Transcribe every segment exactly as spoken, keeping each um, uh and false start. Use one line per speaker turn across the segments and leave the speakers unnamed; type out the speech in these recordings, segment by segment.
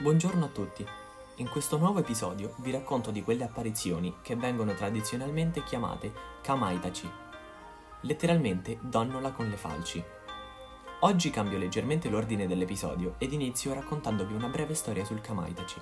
Buongiorno a tutti. In questo nuovo episodio vi racconto di quelle apparizioni che vengono tradizionalmente chiamate Kamaitachi, letteralmente donnola con le falci. Oggi cambio leggermente l'ordine dell'episodio ed inizio raccontandovi una breve storia sul Kamaitachi.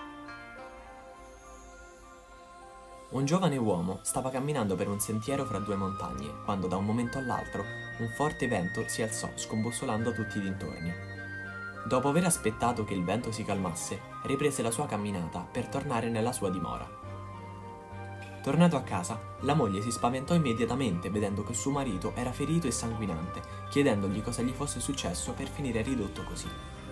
Un giovane uomo stava camminando per un sentiero fra due montagne quando da un momento all'altro un forte vento si alzò scombussolando tutti i dintorni. Dopo aver aspettato che il vento si calmasse, riprese la sua camminata per tornare nella sua dimora. Tornato a casa, la moglie si spaventò immediatamente vedendo che suo marito era ferito e sanguinante, chiedendogli cosa gli fosse successo per finire ridotto così.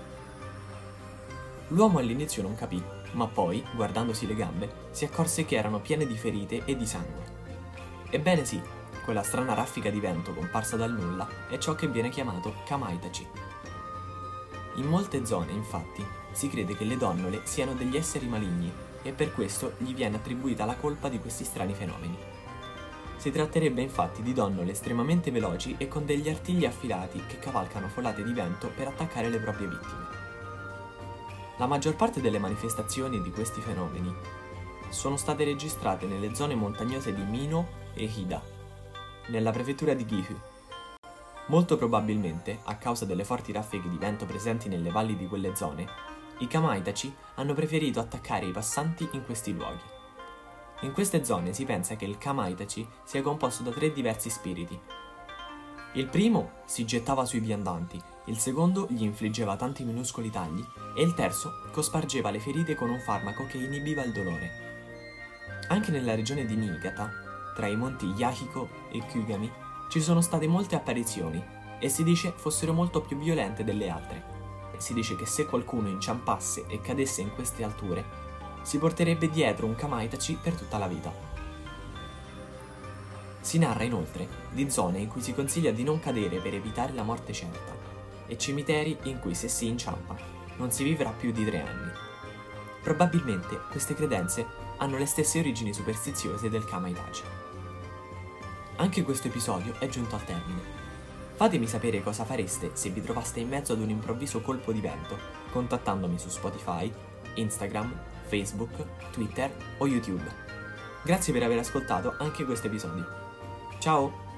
L'uomo all'inizio non capì, ma poi, guardandosi le gambe, si accorse che erano piene di ferite e di sangue. Ebbene sì, quella strana raffica di vento comparsa dal nulla è ciò che viene chiamato Kamaitachi. In molte zone, infatti, si crede che le donnole siano degli esseri maligni e per questo gli viene attribuita la colpa di questi strani fenomeni. Si tratterebbe infatti di donnole estremamente veloci e con degli artigli affilati che cavalcano folate di vento per attaccare le proprie vittime. La maggior parte delle manifestazioni di questi fenomeni sono state registrate nelle zone montagnose di Mino e Hida, nella prefettura di Gifu. Molto probabilmente, a causa delle forti raffiche di vento presenti nelle valli di quelle zone, i Kamaitachi hanno preferito attaccare i passanti in questi luoghi. In queste zone si pensa che il Kamaitachi sia composto da tre diversi spiriti. Il primo si gettava sui viandanti, il secondo gli infliggeva tanti minuscoli tagli e il terzo cospargeva le ferite con un farmaco che inibiva il dolore. Anche nella regione di Niigata, tra i monti Yahiko e Kugami, ci sono state molte apparizioni e si dice fossero molto più violente delle altre. Si dice che se qualcuno inciampasse e cadesse in queste alture, si porterebbe dietro un Kamaitachi per tutta la vita. Si narra inoltre di zone in cui si consiglia di non cadere per evitare la morte certa e cimiteri in cui se si inciampa non si vivrà più di tre anni. Probabilmente queste credenze hanno le stesse origini superstiziose del Kamaitachi. Anche questo episodio è giunto al termine. Fatemi sapere cosa fareste se vi trovaste in mezzo ad un improvviso colpo di vento, contattandomi su Spotify, Instagram, Facebook, Twitter o YouTube. Grazie per aver ascoltato anche questo episodio. Ciao!